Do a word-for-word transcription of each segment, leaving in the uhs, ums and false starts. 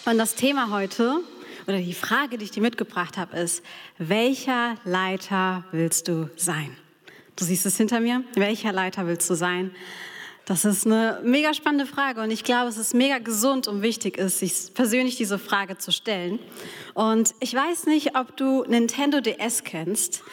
Und das Thema heute, oder die Frage, die ich dir mitgebracht habe, ist, welcher Leiter willst du sein? Du siehst es hinter mir. Welcher Leiter willst du sein? Das ist eine mega spannende Frage und ich glaube, es ist mega gesund und wichtig ist, sich persönlich diese Frage zu stellen. Und ich weiß nicht, ob du Nintendo D S kennst.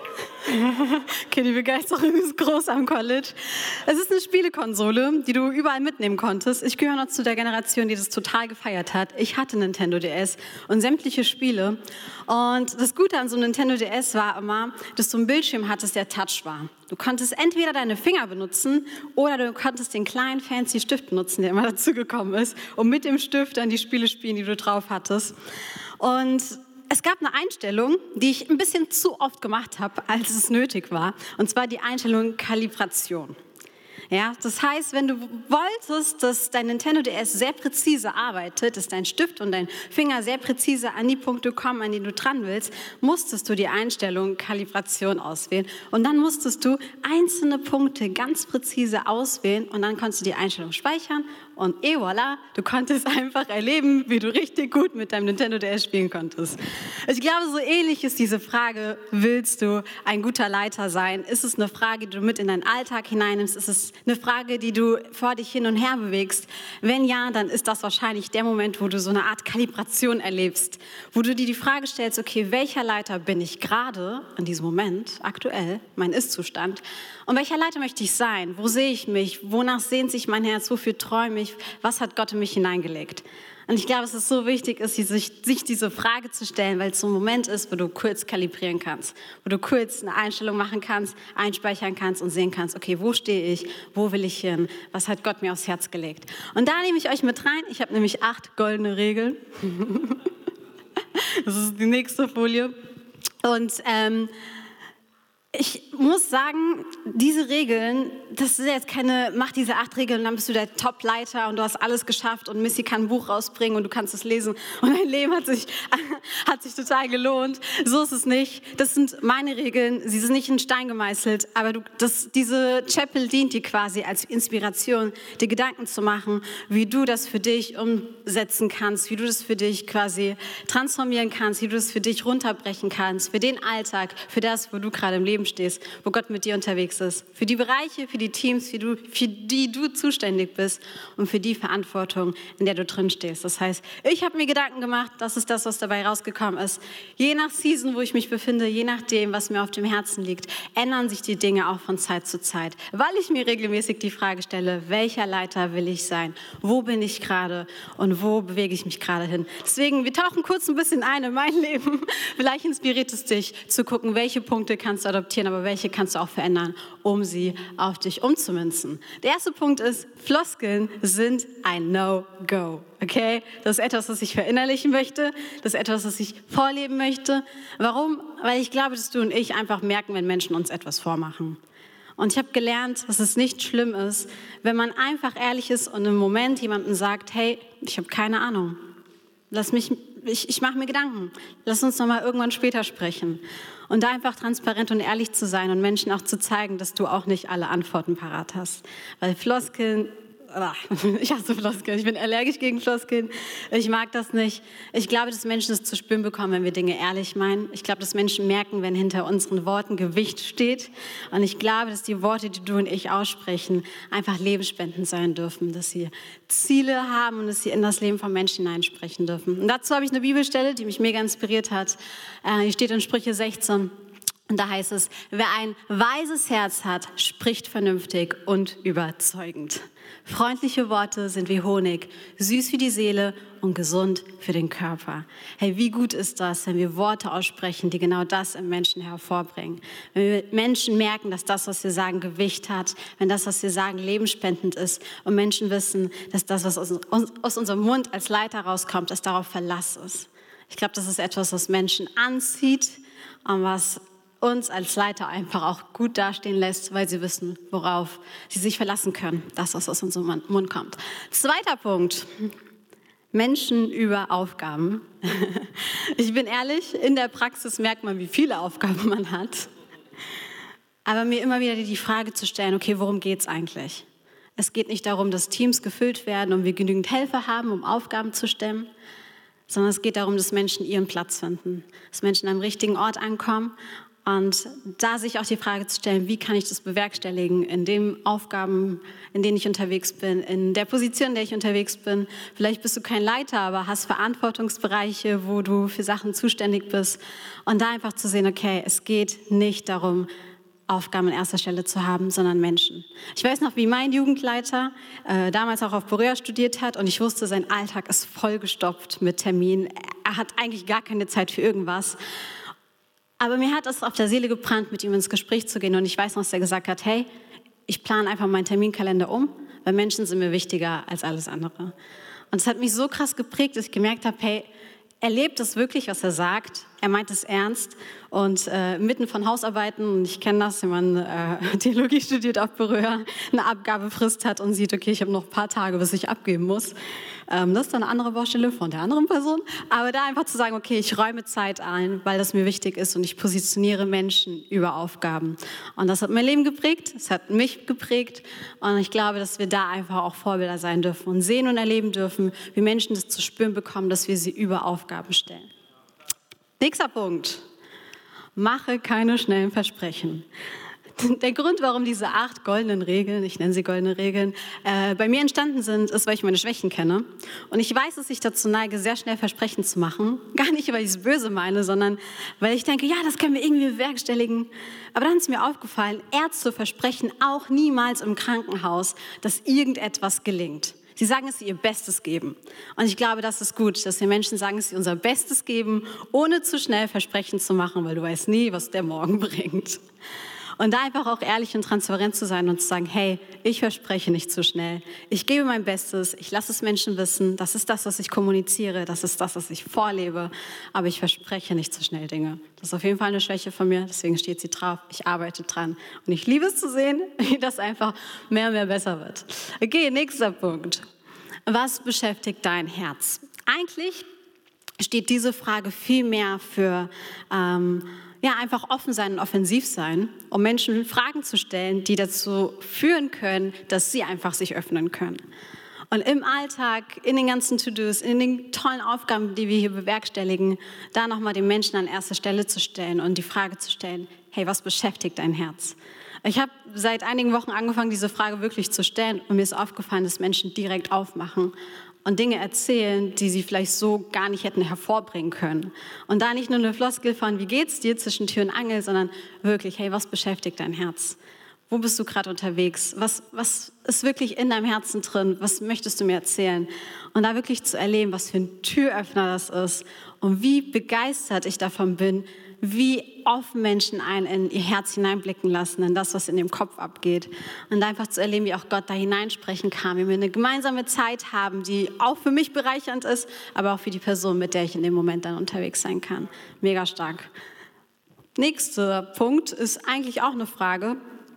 Okay, die Begeisterung ist groß am College. Es ist eine Spielekonsole, die du überall mitnehmen konntest. Ich gehöre noch zu der Generation, die das total gefeiert hat. Ich hatte Nintendo D S und sämtliche Spiele. Und das Gute an so einem Nintendo D S war immer, dass du einen Bildschirm hattest, der Touch war. Du konntest entweder deine Finger benutzen oder du konntest den kleinen fancy Stift benutzen, der immer dazu gekommen ist, um mit dem Stift dann die Spiele spielen, die du drauf hattest. Und es gab eine Einstellung, die ich ein bisschen zu oft gemacht habe, als es nötig war. Und zwar die Einstellung Kalibration. Ja, das heißt, wenn du wolltest, dass dein Nintendo D S sehr präzise arbeitet, dass dein Stift und dein Finger sehr präzise an die Punkte kommen, an die du dran willst, musstest du die Einstellung Kalibration auswählen. Und dann musstest du einzelne Punkte ganz präzise auswählen und dann konntest du die Einstellung speichern und et voilà, du konntest einfach erleben, wie du richtig gut mit deinem Nintendo D S spielen konntest. Ich glaube, so ähnlich ist diese Frage, willst du ein guter Leiter sein? Ist es eine Frage, die du mit in deinen Alltag hineinnimmst? Ist es eine Frage, die du vor dich hin und her bewegst? Wenn ja, dann ist das wahrscheinlich der Moment, wo du so eine Art Kalibration erlebst, wo du dir die Frage stellst, okay, welcher Leiter bin ich gerade in diesem Moment, aktuell, mein Ist-Zustand? Und welcher Leiter möchte ich sein? Wo sehe ich mich? Wonach sehnt sich mein Herz? Wofür träume ich? Was hat Gott in mich hineingelegt? Und ich glaube, es ist so wichtig, ist, sich, sich diese Frage zu stellen, weil es so ein Moment ist, wo du kurz kalibrieren kannst, wo du kurz eine Einstellung machen kannst, einspeichern kannst und sehen kannst, okay, wo stehe ich, wo will ich hin, was hat Gott mir aufs Herz gelegt? Und da nehme ich euch mit rein. Ich habe nämlich acht goldene Regeln. Das ist die nächste Folie. Und ähm, ich muss sagen, diese Regeln, das ist jetzt keine, mach diese acht Regeln und dann bist du der Top-Leiter und du hast alles geschafft und Missy kann ein Buch rausbringen und du kannst es lesen und dein Leben hat sich, hat sich total gelohnt. So ist es nicht. Das sind meine Regeln, sie sind nicht in Stein gemeißelt, aber du, das, diese Chapel dient dir quasi als Inspiration, dir Gedanken zu machen, wie du das für dich umsetzen kannst, wie du das für dich quasi transformieren kannst, wie du das für dich runterbrechen kannst, für den Alltag, für das, wo du gerade im Leben stehst, wo Gott mit dir unterwegs ist, für die Bereiche, für die Teams, für, du, für die du zuständig bist und für die Verantwortung, in der du drin stehst. Das heißt, ich habe mir Gedanken gemacht, das ist das, was dabei rausgekommen ist. Je nach Season, wo ich mich befinde, je nachdem, was mir auf dem Herzen liegt, ändern sich die Dinge auch von Zeit zu Zeit, weil ich mir regelmäßig die Frage stelle, welcher Leiter will ich sein? Wo bin ich gerade und wo bewege ich mich gerade hin? Deswegen, wir tauchen kurz ein bisschen ein in mein Leben. Vielleicht inspiriert es dich zu gucken, welche Punkte kannst du adoptieren, aber welche kannst du auch verändern, um sie auf dich umzumünzen. Der erste Punkt ist, Floskeln sind ein No-Go. Okay? Das ist etwas, was ich verinnerlichen möchte. Das ist etwas, was ich vorleben möchte. Warum? Weil ich glaube, dass du und ich einfach merken, wenn Menschen uns etwas vormachen. Und ich habe gelernt, dass es nicht schlimm ist, wenn man einfach ehrlich ist und im Moment jemandem sagt, hey, ich habe keine Ahnung. Lass mich, ich, ich mache mir Gedanken. Lass uns noch mal irgendwann später sprechen. Und da einfach transparent und ehrlich zu sein und Menschen auch zu zeigen, dass du auch nicht alle Antworten parat hast. Weil Floskeln, ich hasse Floskeln, ich bin allergisch gegen Floskeln, ich mag das nicht. Ich glaube, dass Menschen es zu spüren bekommen, wenn wir Dinge ehrlich meinen. Ich glaube, dass Menschen merken, wenn hinter unseren Worten Gewicht steht. Und ich glaube, dass die Worte, die du und ich aussprechen, einfach lebensspendend sein dürfen, dass sie Ziele haben und dass sie in das Leben von Menschen hineinsprechen dürfen. Und dazu habe ich eine Bibelstelle, die mich mega inspiriert hat. Die steht in Sprüche sechzehn. Und da heißt es, wer ein weises Herz hat, spricht vernünftig und überzeugend. Freundliche Worte sind wie Honig, süß für die Seele und gesund für den Körper. Hey, wie gut ist das, wenn wir Worte aussprechen, die genau das im Menschen hervorbringen. Wenn wir Menschen merken, dass das, was wir sagen, Gewicht hat, wenn das, was wir sagen, lebensspendend ist und Menschen wissen, dass das, was aus, aus unserem Mund als Leiter rauskommt, dass darauf Verlass ist. Ich glaube, das ist etwas, was Menschen anzieht und was uns als Leiter einfach auch gut dastehen lässt, weil sie wissen, worauf sie sich verlassen können, das, was aus unserem Mund kommt. Zweiter Punkt, Menschen über Aufgaben. Ich bin ehrlich, in der Praxis merkt man, wie viele Aufgaben man hat. Aber mir immer wieder die Frage zu stellen, okay, worum geht's eigentlich? Es geht nicht darum, dass Teams gefüllt werden und wir genügend Helfer haben, um Aufgaben zu stemmen, sondern es geht darum, dass Menschen ihren Platz finden, dass Menschen am richtigen Ort ankommen und da sich auch die Frage zu stellen, wie kann ich das bewerkstelligen in den Aufgaben, in denen ich unterwegs bin, in der Position, in der ich unterwegs bin. Vielleicht bist du kein Leiter, aber hast Verantwortungsbereiche, wo du für Sachen zuständig bist. Und da einfach zu sehen, okay, es geht nicht darum, Aufgaben an erster Stelle zu haben, sondern Menschen. Ich weiß noch, wie mein Jugendleiter äh, damals auch auf Berea studiert hat und ich wusste, sein Alltag ist vollgestopft mit Terminen. Er hat eigentlich gar keine Zeit für irgendwas. Aber mir hat es auf der Seele gebrannt, mit ihm ins Gespräch zu gehen. Und ich weiß noch, dass er gesagt hat, hey, ich plane einfach meinen Terminkalender um, weil Menschen sind mir wichtiger als alles andere. Und es hat mich so krass geprägt, dass ich gemerkt habe, hey, er lebt es wirklich, was er sagt. Er meint es ernst. Und äh, mitten von Hausarbeiten, und ich kenne das, wenn man äh, Theologie studiert auf Berea, eine Abgabefrist hat und sieht, okay, ich habe noch ein paar Tage, bis ich abgeben muss. Ähm, das ist dann eine andere Baustelle von der anderen Person. Aber da einfach zu sagen, okay, ich räume Zeit ein, weil das mir wichtig ist und ich positioniere Menschen über Aufgaben. Und das hat mein Leben geprägt, es hat mich geprägt. Und ich glaube, dass wir da einfach auch Vorbilder sein dürfen und sehen und erleben dürfen, wie Menschen das zu spüren bekommen, dass wir sie über Aufgaben stellen. Nächster Punkt. Mache keine schnellen Versprechen. Der Grund, warum diese acht goldenen Regeln, ich nenne sie goldene Regeln, äh, bei mir entstanden sind, ist, weil ich meine Schwächen kenne. Und ich weiß, dass ich dazu neige, sehr schnell Versprechen zu machen. Gar nicht, weil ich es böse meine, sondern weil ich denke, ja, das können wir irgendwie bewerkstelligen. Aber dann ist mir aufgefallen, Ärzte versprechen auch niemals im Krankenhaus, dass irgendetwas gelingt. Sie sagen, dass sie ihr Bestes geben. Und ich glaube, das ist gut, dass wir Menschen sagen, dass sie unser Bestes geben, ohne zu schnell Versprechen zu machen, weil du weißt nie, was der Morgen bringt. Und da einfach auch ehrlich und transparent zu sein und zu sagen, hey, ich verspreche nicht zu schnell. Ich gebe mein Bestes, ich lasse es Menschen wissen, das ist das, was ich kommuniziere, das ist das, was ich vorlebe, aber ich verspreche nicht zu schnell Dinge. Das ist auf jeden Fall eine Schwäche von mir, deswegen steht sie drauf, ich arbeite dran. Und ich liebe es zu sehen, wie das einfach mehr und mehr besser wird. Okay, nächster Punkt. Was beschäftigt dein Herz? Eigentlich steht diese Frage viel mehr für ähm, ja, einfach offen sein und offensiv sein, um Menschen Fragen zu stellen, die dazu führen können, dass sie einfach sich öffnen können. Und im Alltag, in den ganzen To-Dos, in den tollen Aufgaben, die wir hier bewerkstelligen, da nochmal den Menschen an erste Stelle zu stellen und die Frage zu stellen, hey, was beschäftigt dein Herz? Ich habe seit einigen Wochen angefangen, diese Frage wirklich zu stellen und mir ist aufgefallen, dass Menschen direkt aufmachen und Dinge erzählen, die sie vielleicht so gar nicht hätten hervorbringen können. Und da nicht nur eine Floskel von, wie geht's dir zwischen Tür und Angel, sondern wirklich, hey, was beschäftigt dein Herz? Wo bist du gerade unterwegs? Was, was ist wirklich in deinem Herzen drin? Was möchtest du mir erzählen? Und da wirklich zu erleben, was für ein Türöffner das ist und wie begeistert ich davon bin, wie offen Menschen einen in ihr Herz hineinblicken lassen, in das, was in dem Kopf abgeht. Und einfach zu erleben, wie auch Gott da hineinsprechen kann, wie wir eine gemeinsame Zeit haben, die auch für mich bereichernd ist, aber auch für die Person, mit der ich in dem Moment dann unterwegs sein kann. Mega stark. Nächster Punkt ist eigentlich auch eine Frage.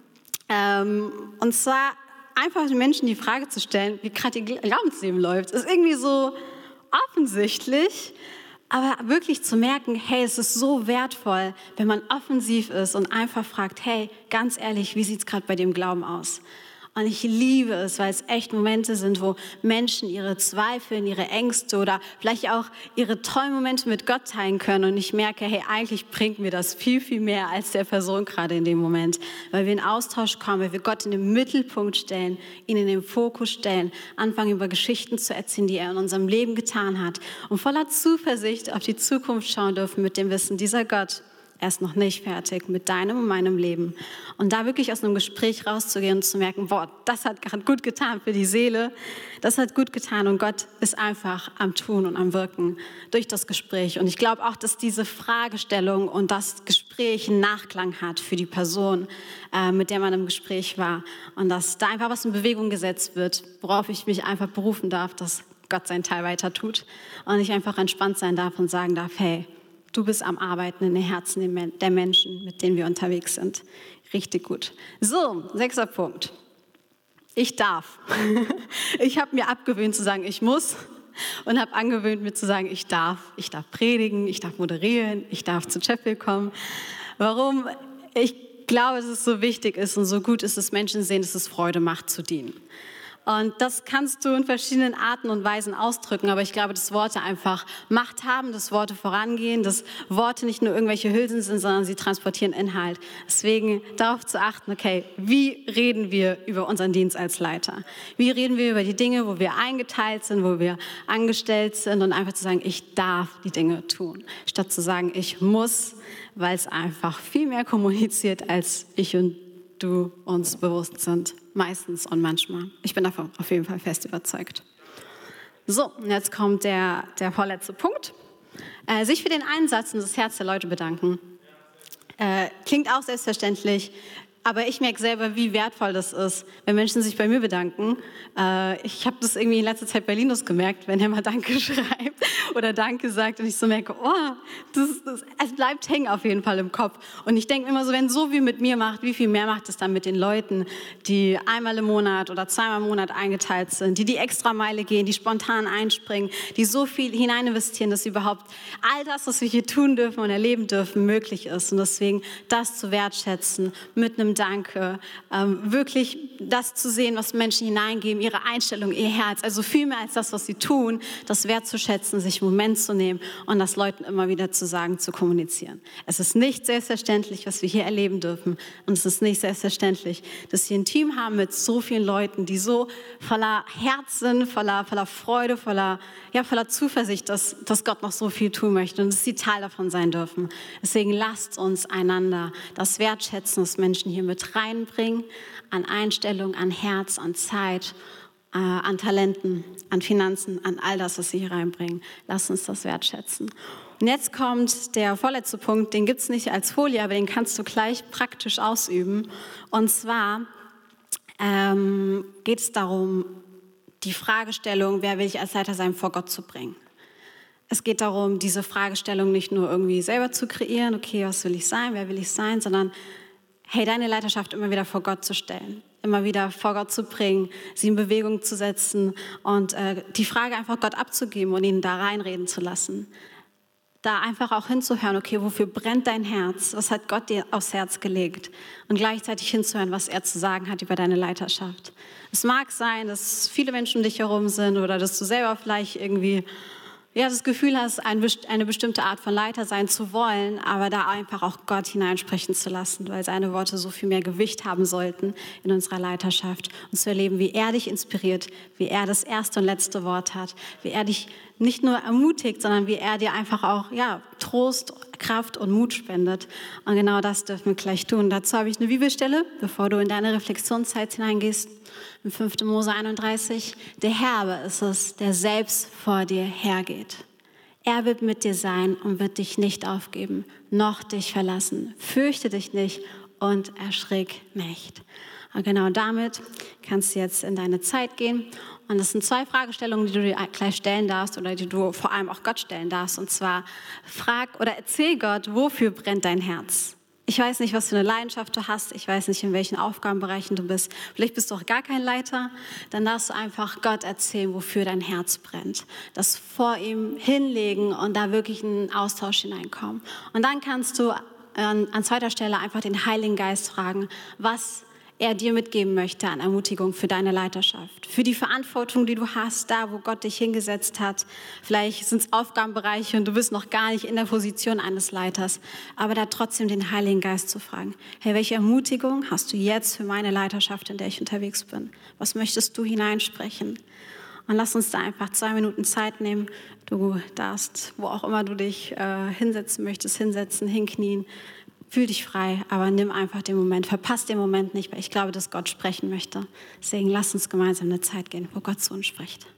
Ähm, und zwar einfach den Menschen die Frage zu stellen, wie gerade ihr Glaubensleben läuft. Ist irgendwie so offensichtlich, aber wirklich zu merken, hey, es ist so wertvoll, wenn man offensiv ist und einfach fragt, hey, ganz ehrlich, wie sieht es gerade bei dem Glauben aus? Und ich liebe es, weil es echt Momente sind, wo Menschen ihre Zweifel, ihre Ängste oder vielleicht auch ihre tollen Momente mit Gott teilen können. Und ich merke, hey, eigentlich bringt mir das viel, viel mehr als der Person gerade in dem Moment. Weil wir in Austausch kommen, weil wir Gott in den Mittelpunkt stellen, ihn in den Fokus stellen, anfangen über Geschichten zu erzählen, die er in unserem Leben getan hat. Und voller Zuversicht auf die Zukunft schauen dürfen mit dem Wissen, dieser Gott, er ist noch nicht fertig mit deinem und meinem Leben. Und da wirklich aus einem Gespräch rauszugehen und zu merken, boah, das hat gerade gut getan für die Seele, das hat gut getan und Gott ist einfach am Tun und am Wirken durch das Gespräch. Und ich glaube auch, dass diese Fragestellung und das Gespräch einen Nachklang hat für die Person, äh, mit der man im Gespräch war. Und dass da einfach was in Bewegung gesetzt wird, worauf ich mich einfach berufen darf, dass Gott seinen Teil weiter tut und ich einfach entspannt sein darf und sagen darf, hey, du bist am Arbeiten in den Herzen der Menschen, mit denen wir unterwegs sind. Richtig gut. So, sechster Punkt. Ich darf. Ich habe mir abgewöhnt zu sagen, ich muss und habe angewöhnt, mir zu sagen, ich darf. Ich darf predigen, ich darf moderieren, ich darf zu Chapel kommen. Warum? Ich glaube, dass es so wichtig ist und so gut ist, dass Menschen sehen, dass es Freude macht, zu dienen. Und das kannst du in verschiedenen Arten und Weisen ausdrücken, aber ich glaube, dass Worte einfach Macht haben, dass Worte vorangehen, dass Worte nicht nur irgendwelche Hülsen sind, sondern sie transportieren Inhalt. Deswegen darauf zu achten, okay, wie reden wir über unseren Dienst als Leiter? Wie reden wir über die Dinge, wo wir eingeteilt sind, wo wir angestellt sind und einfach zu sagen, ich darf die Dinge tun, statt zu sagen, ich muss, weil es einfach viel mehr kommuniziert, als ich und du uns bewusst sind, meistens und manchmal. Ich bin davon auf jeden Fall fest überzeugt. So, und jetzt kommt der, der vorletzte Punkt. Äh, sich für den Einsatz und das Herz der Leute bedanken. Äh, klingt auch selbstverständlich, aber ich merke selber, wie wertvoll das ist, wenn Menschen sich bei mir bedanken. Äh, ich habe das irgendwie in letzter Zeit bei Linus gemerkt, wenn er mal Danke schreibt oder Danke sagt und ich so merke, oh, das, das, es bleibt hängen auf jeden Fall im Kopf. Und ich denke immer so, wenn so viel mit mir macht, wie viel mehr macht es dann mit den Leuten, die einmal im Monat oder zweimal im Monat eingeteilt sind, die die Extrameile gehen, die spontan einspringen, die so viel hinein investieren, dass überhaupt all das, was wir hier tun dürfen und erleben dürfen, möglich ist. Und deswegen das zu wertschätzen mit einem Danke, ähm, wirklich das zu sehen, was Menschen hineingeben, ihre Einstellung, ihr Herz, also viel mehr als das, was sie tun, das wertzuschätzen, sich einen Moment zu nehmen und das Leuten immer wieder zu sagen, zu kommunizieren. Es ist nicht selbstverständlich, was wir hier erleben dürfen und es ist nicht selbstverständlich, dass wir ein Team haben mit so vielen Leuten, die so voller Herz sind, voller, voller Freude, voller, ja, voller Zuversicht, dass, dass Gott noch so viel tun möchte und dass sie Teil davon sein dürfen. Deswegen lasst uns einander das wertschätzen, was Menschen hier mit reinbringen, an Einstellung, an Herz, an Zeit, äh, an Talenten, an Finanzen, an all das, was sie hier reinbringen. Lasst uns das wertschätzen. Und jetzt kommt der vorletzte Punkt, den gibt es nicht als Folie, aber den kannst du gleich praktisch ausüben. Und zwar ähm, geht es darum, die Fragestellung, wer will ich als Leiter sein, vor Gott zu bringen. Es geht darum, diese Fragestellung nicht nur irgendwie selber zu kreieren, okay, was will ich sein, wer will ich sein, sondern hey, deine Leiterschaft immer wieder vor Gott zu stellen, immer wieder vor Gott zu bringen, sie in Bewegung zu setzen und äh, die Frage einfach Gott abzugeben und ihn da reinreden zu lassen. Da einfach auch hinzuhören, okay, wofür brennt dein Herz? Was hat Gott dir aufs Herz gelegt? Und gleichzeitig hinzuhören, was er zu sagen hat über deine Leiterschaft. Es mag sein, dass viele Menschen um dich herum sind oder dass du selber vielleicht irgendwie ja, das Gefühl hast, eine bestimmte Art von Leiter sein zu wollen, aber da einfach auch Gott hineinsprechen zu lassen, weil seine Worte so viel mehr Gewicht haben sollten in unserer Leiterschaft und zu erleben, wie er dich inspiriert, wie er das erste und letzte Wort hat, wie er dich nicht nur ermutigt, sondern wie er dir einfach auch ja, Trost, Kraft und Mut spendet. Und genau das dürfen wir gleich tun. Dazu habe ich eine Bibelstelle, bevor du in deine Reflexionszeit hineingehst. Im fünften Mose einunddreißig. Der Herr ist es, der selbst vor dir hergeht. Er wird mit dir sein und wird dich nicht aufgeben, noch dich verlassen. Fürchte dich nicht und erschrick nicht. Und genau damit kannst du jetzt in deine Zeit gehen. Und das sind zwei Fragestellungen, die du dir gleich stellen darfst oder die du vor allem auch Gott stellen darfst. Und zwar frag oder erzähl Gott, wofür brennt dein Herz? Ich weiß nicht, was für eine Leidenschaft du hast. Ich weiß nicht, in welchen Aufgabenbereichen du bist. Vielleicht bist du auch gar kein Leiter. Dann darfst du einfach Gott erzählen, wofür dein Herz brennt. Das vor ihm hinlegen und da wirklich in einen Austausch hineinkommen. Und dann kannst du an, an zweiter Stelle einfach den Heiligen Geist fragen, was er dir mitgeben möchte an Ermutigung für deine Leiterschaft, für die Verantwortung, die du hast, da wo Gott dich hingesetzt hat. Vielleicht sind es Aufgabenbereiche und du bist noch gar nicht in der Position eines Leiters, aber da trotzdem den Heiligen Geist zu fragen, hey, welche Ermutigung hast du jetzt für meine Leiterschaft, in der ich unterwegs bin? Was möchtest du hineinsprechen? Und lass uns da einfach zwei Minuten Zeit nehmen. Du darfst, wo auch immer du dich äh, hinsetzen möchtest, hinsetzen, hinknien. Fühl dich frei, aber nimm einfach den Moment. Verpass den Moment nicht, weil ich glaube, dass Gott sprechen möchte. Deswegen lass uns gemeinsam eine Zeit gehen, wo Gott zu uns spricht.